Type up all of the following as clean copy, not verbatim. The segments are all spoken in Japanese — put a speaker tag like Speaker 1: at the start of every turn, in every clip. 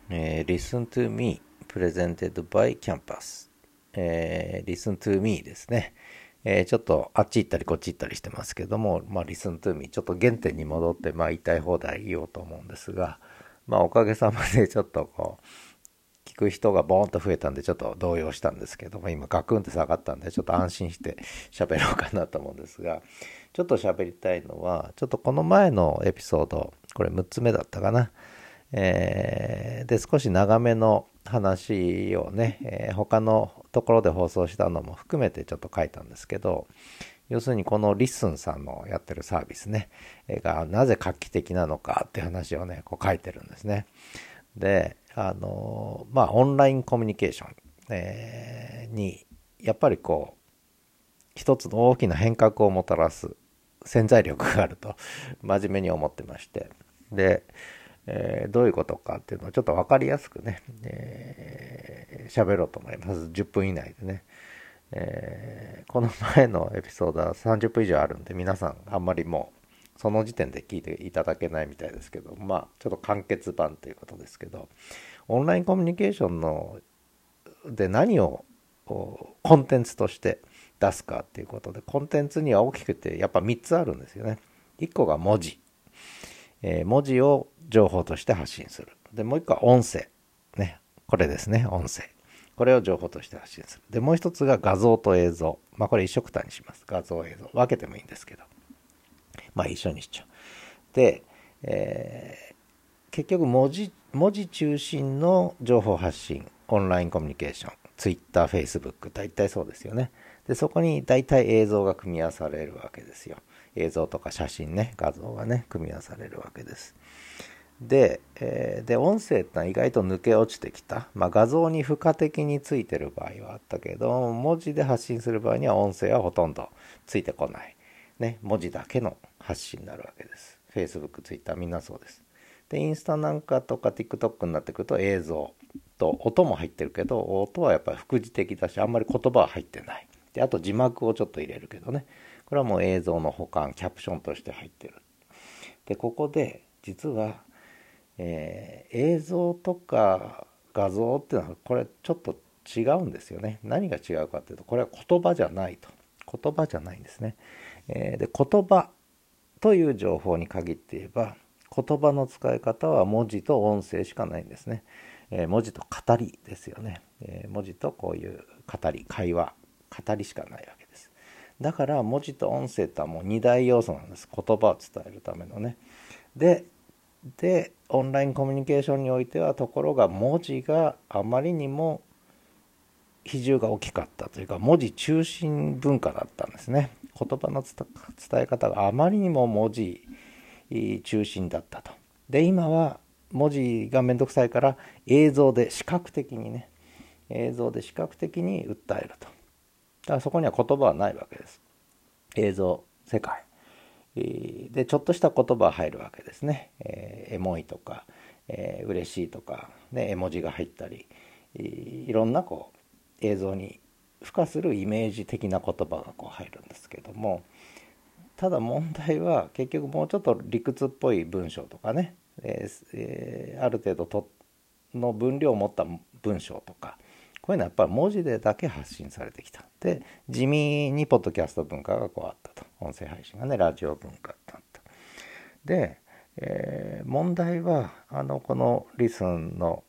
Speaker 1: Listen to Me Presented by Campus、Listen to Me ですね。ちょっとあっち行ったりこっち行ったりしてますけども、Listen to Me ちょっと原点に戻って、言いたい放題言おうと思うんですが、おかげさまでちょっと聞く人がボーンと増えたんでちょっと動揺したんですけども、今ガクンって下がったんでちょっと安心して喋ろうかなと思うんですが、ちょっと喋りたいのは、ちょっとこの前のエピソード、これ6つ目だったかな、で少し長めの話をね、他のところで放送したのも含めてちょっと書いたんですけど、要するにこのリッスンさんのやってるサービスね、がなぜ画期的なのかっていう話をね書いてるんですね。でオンラインコミュニケーション、にやっぱり一つの大きな変革をもたらす潜在力があると真面目に思ってまして、でどういうことかっていうのをちょっと分かりやすくね、喋ろうと思います。10分以内でね、この前のエピソードは30分以上あるんで、皆さんあんまりもうその時点で聞いていただけないみたいですけど、ちょっと簡潔版ということですけど、オンラインコミュニケーションので何をコンテンツとして出すかっていうことで、コンテンツには大きくてやっぱ3つあるんですよね。1個が文字、文字を情報として発信する。でもう1個は音声ね、これですね、音声、これを情報として発信する。でもう一つが画像と映像、これ一緒くたにします。画像映像分けてもいいんですけど、一緒にしちゃう。で、結局文字中心の情報発信、オンラインコミュニケーション、Twitter、Facebook、大体そうですよね。でそこに大体映像が組み合わされるわけですよ。映像とか写真ね、画像がね組み合わされるわけです。で、音声ってのは意外と抜け落ちてきた、画像に付加的についてる場合はあったけど、文字で発信する場合には音声はほとんどついてこない、ね、文字だけの発信になるわけです。 Facebook、Twitter みんなそうです。でインスタなんかとか TikTok になってくると映像と音も入ってるけど、音はやっぱり副次的だし、あんまり言葉は入ってない。であと字幕をちょっと入れるけどね、これはもう映像の保管キャプションとして入ってる。でここで実は映像とか画像っていうのはこれちょっと違うんですよね。何が違うかっていうと、これは言葉じゃないと。言葉じゃないんですね。で言葉という情報に限って言えば、言葉の使い方は文字と音声しかないんですね。文字と語りですよね。文字とこういう語り、会話、語りしかないわけです。だから文字と音声とはもう二大要素なんです。言葉を伝えるためのね。でオンラインコミュニケーションにおいては、ところが文字があまりにも比重が大きかったというか、文字中心文化だったんですね。言葉の伝え方があまりにも文字中心だったと。で今は文字がめんどくさいから映像で視覚的にね、映像で視覚的に訴えると。だからそこには言葉はないわけです。映像世界でちょっとした言葉が入るわけですね。エモいとか、嬉しいとか、ね、絵文字が入ったり、いろんな映像に付加するイメージ的な言葉が入るんですけども、ただ問題は結局もうちょっと理屈っぽい文章とかね、ある程度の分量を持った文章とか、こういうのはやっぱり文字でだけ発信されてきた。で地味にポッドキャスト文化があったと。音声配信がね、ラジオ文化だった。で、問題はこのリスンの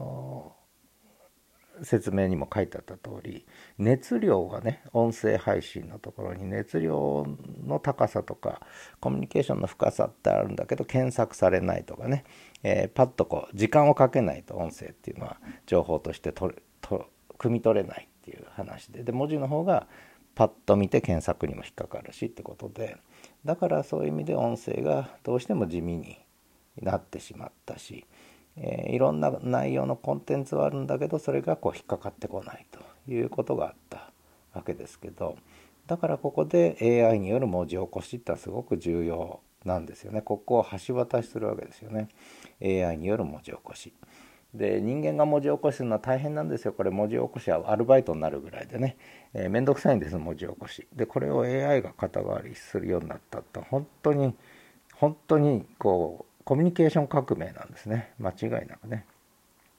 Speaker 1: 説明にも書いてあった通り、熱量がね、音声配信のところに熱量の高さとかコミュニケーションの深さってあるんだけど、検索されないとかね、パッと時間をかけないと音声っていうのは情報として汲み取れないっていう話で、文字の方がパッと見て検索にも引っかかるしってことで、だからそういう意味で音声がどうしても地味になってしまったし、いろんな内容のコンテンツはあるんだけど、それが引っかかってこないということがあったわけですけど、だからここで AI による文字起こしってのはすごく重要なんですよね。ここを橋渡しするわけですよね。 AI による文字起こしで、人間が文字起こしするのは大変なんですよ。これ文字起こしはアルバイトになるぐらいでね、めんどくさいんです、文字起こしで。これを AI が肩代わりするようになったって本当にコミュニケーション革命なんですね、間違いなくね。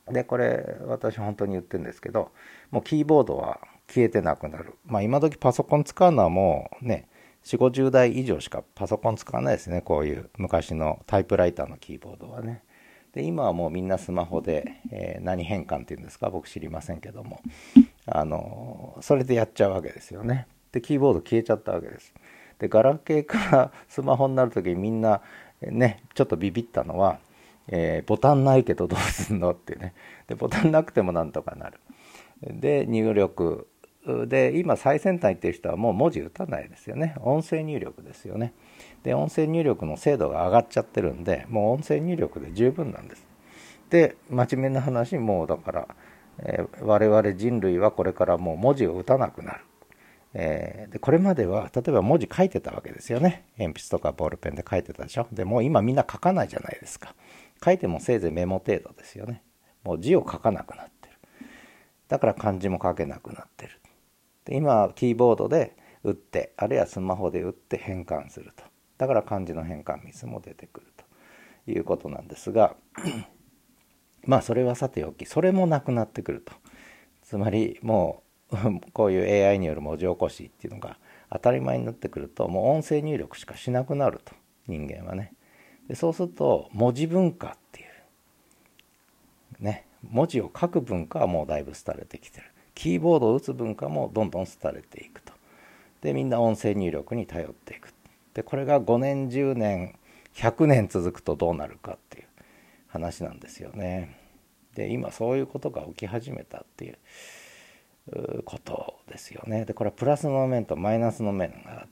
Speaker 1: でこれ私本当に言ってるんですけど、もうキーボードは消えてなくなる。今時パソコン使うのはもうね、4 50代以上しかパソコン使わないですね。こういう昔のタイプライターのキーボードはね。で今はもうみんなスマホで、何変換っていうんですか、僕知りませんけども、それでやっちゃうわけですよね。でキーボード消えちゃったわけです。でガラケーからスマホになる時にみんなねちょっとビビったのは、ボタンないけどどうすんのってね。でボタンなくてもなんとかなる。で入力で、今最先端行ってる人はもう文字打たないですよね。音声入力ですよね。で音声入力の精度が上がっちゃってるんで、もう音声入力で十分なんです。で真面目な話、もうだから、我々人類はこれからもう文字を打たなくなる。でこれまでは例えば文字書いてたわけですよね。鉛筆とかボールペンで書いてたでしょ。でもう今みんな書かないじゃないですか。書いてもせいぜいメモ程度ですよね。もう字を書かなくなってる。だから漢字も書けなくなってる。で今キーボードで打って、あるいはスマホで打って変換すると。だから漢字の変換ミスも出てくるということなんですが、それはさておき、それもなくなってくると。つまりもうこういう AI による文字起こしっていうのが当たり前になってくると、もう音声入力しかしなくなると、人間はね。でそうすると文字文化っていうね、文字を書く文化はもうだいぶ廃れてきてる。キーボードを打つ文化もどんどん廃れていくと。でみんな音声入力に頼っていく。でこれが5年10年100年続くとどうなるかっていう話なんですよね。で今そういうことが起き始めたっていうことですよね。でこれはプラスの面とマイナスの面があって、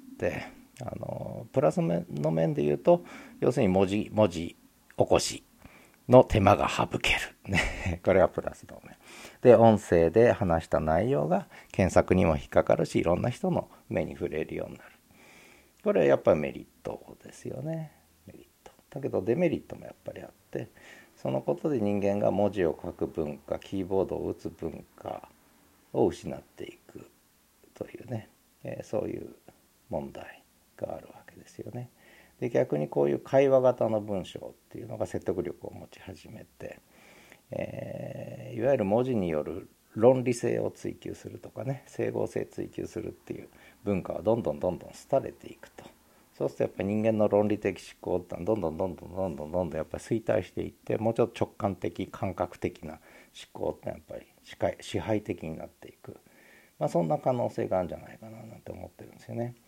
Speaker 1: プラスの面で言うと、要するに文字起こしの手間が省ける、ね、これはプラスの面で、音声で話した内容が検索にも引っかかるし、いろんな人の目に触れるようになる。これはやっぱりメリットですよね。メリットだけどデメリットもやっぱりあって、そのことで人間が文字を書く文化、キーボードを打つ文化を失っていくというね、そういう問題があるわけですよね。で逆にこういう会話型の文章っていうのが説得力を持ち始めて、いわゆる文字による論理性を追求するとかね、整合性追求するっていう文化はどんどん廃れていくと。そうするとやっぱり人間の論理的思考ってのはどんどんやっぱり衰退していって、もうちょっと直感的感覚的な思考ってやっぱり支配的になっていく、そんな可能性があるんじゃないかななんて思ってるんですよね。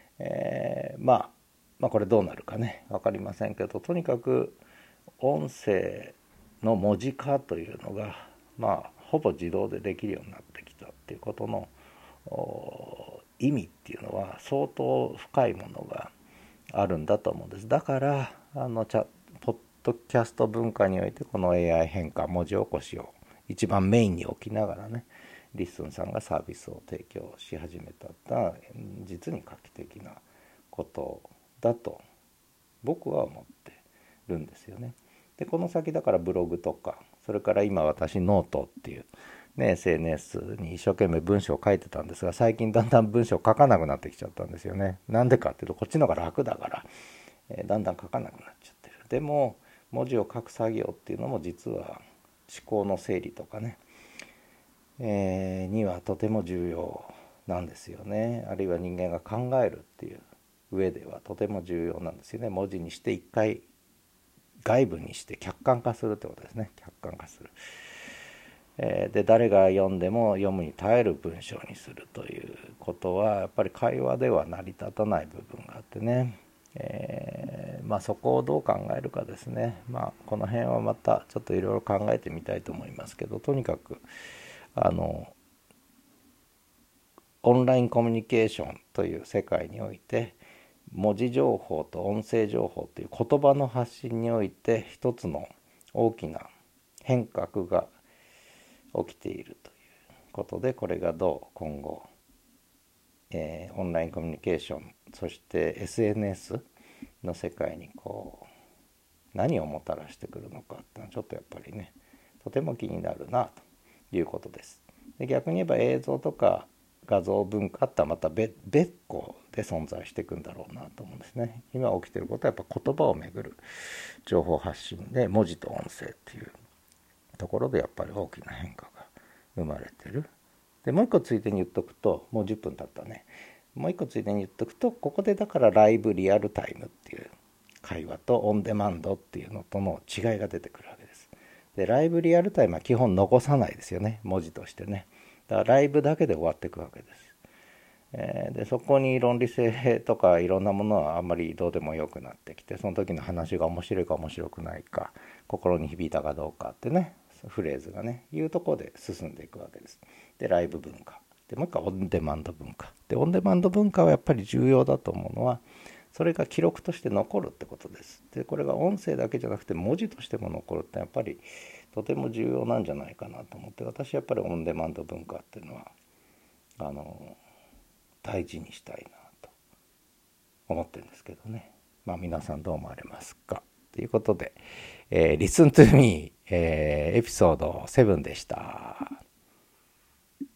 Speaker 1: これどうなるかね分かりませんけど、とにかく音声の文字化というのがほぼ自動でできるようになってきたっていうことの意味っていうのは相当深いものがあるんだと思うんです。だからポッドキャスト文化においてこの AI 変換文字起こしを一番メインに置きながらね、リッスンさんがサービスを提供し始めたのは実に画期的なことだと僕は思ってるんですよね。でこの先だからブログとか、それから今私ノートっていう、ね、SNS に一生懸命文章を書いてたんですが、最近だんだん文章を書かなくなってきちゃったんですよね。なんでかっていうと、こっちの方が楽だから、だんだん書かなくなっちゃってる。でも文字を書く作業っていうのも実は思考の整理とかね、にはとても重要なんですよね。あるいは人間が考えるっていう上ではとても重要なんですよね。文字にして一回外部にして客観化するってことですね。客観化する。で誰が読んでも読むに耐える文章にするということはやっぱり会話では成り立たない部分があってね、そこをどう考えるかですね。この辺はまたちょっといろいろ考えてみたいと思いますけど、とにかくオンラインコミュニケーションという世界において、文字情報と音声情報という言葉の発信において一つの大きな変革が起きているということで、これがどう今後、オンラインコミュニケーション、そして SNS の世界に何をもたらしてくるのかっていうのはちょっとやっぱりね、とても気になるなということです。で逆に言えば映像とか画像文化ってまた別個で存在していくんだろうなと思うんですね。今起きていることはやっぱ言葉をめぐる情報発信で、文字と音声っていうところでやっぱり大きな変化が生まれてる。でもう一個ついでに言っとくと、もう10分経ったね。もう一個ついでに言っとくと、ここでだからライブリアルタイムっていう会話とオンデマンドっていうのとの違いが出てくるわけです。でライブリアルタイムは基本残さないですよね、文字としてね。だからライブだけで終わっていくわけです。でそこに論理性とかいろんなものはあんまりどうでもよくなってきて、その時の話が面白いか面白くないか、心に響いたかどうかってね、フレーズがねいうところで進んでいくわけです。でライブ文化で、もう一回オンデマンド文化で、オンデマンド文化はやっぱり重要だと思うのは、それが記録として残るってことです。でこれが音声だけじゃなくて文字としても残るってやっぱりとても重要なんじゃないかなと思って、私やっぱりオンデマンド文化っていうのは大事にしたいなと思ってるんですけどね。皆さんどう思われますかということで、Listen to Me、エピソード7でした。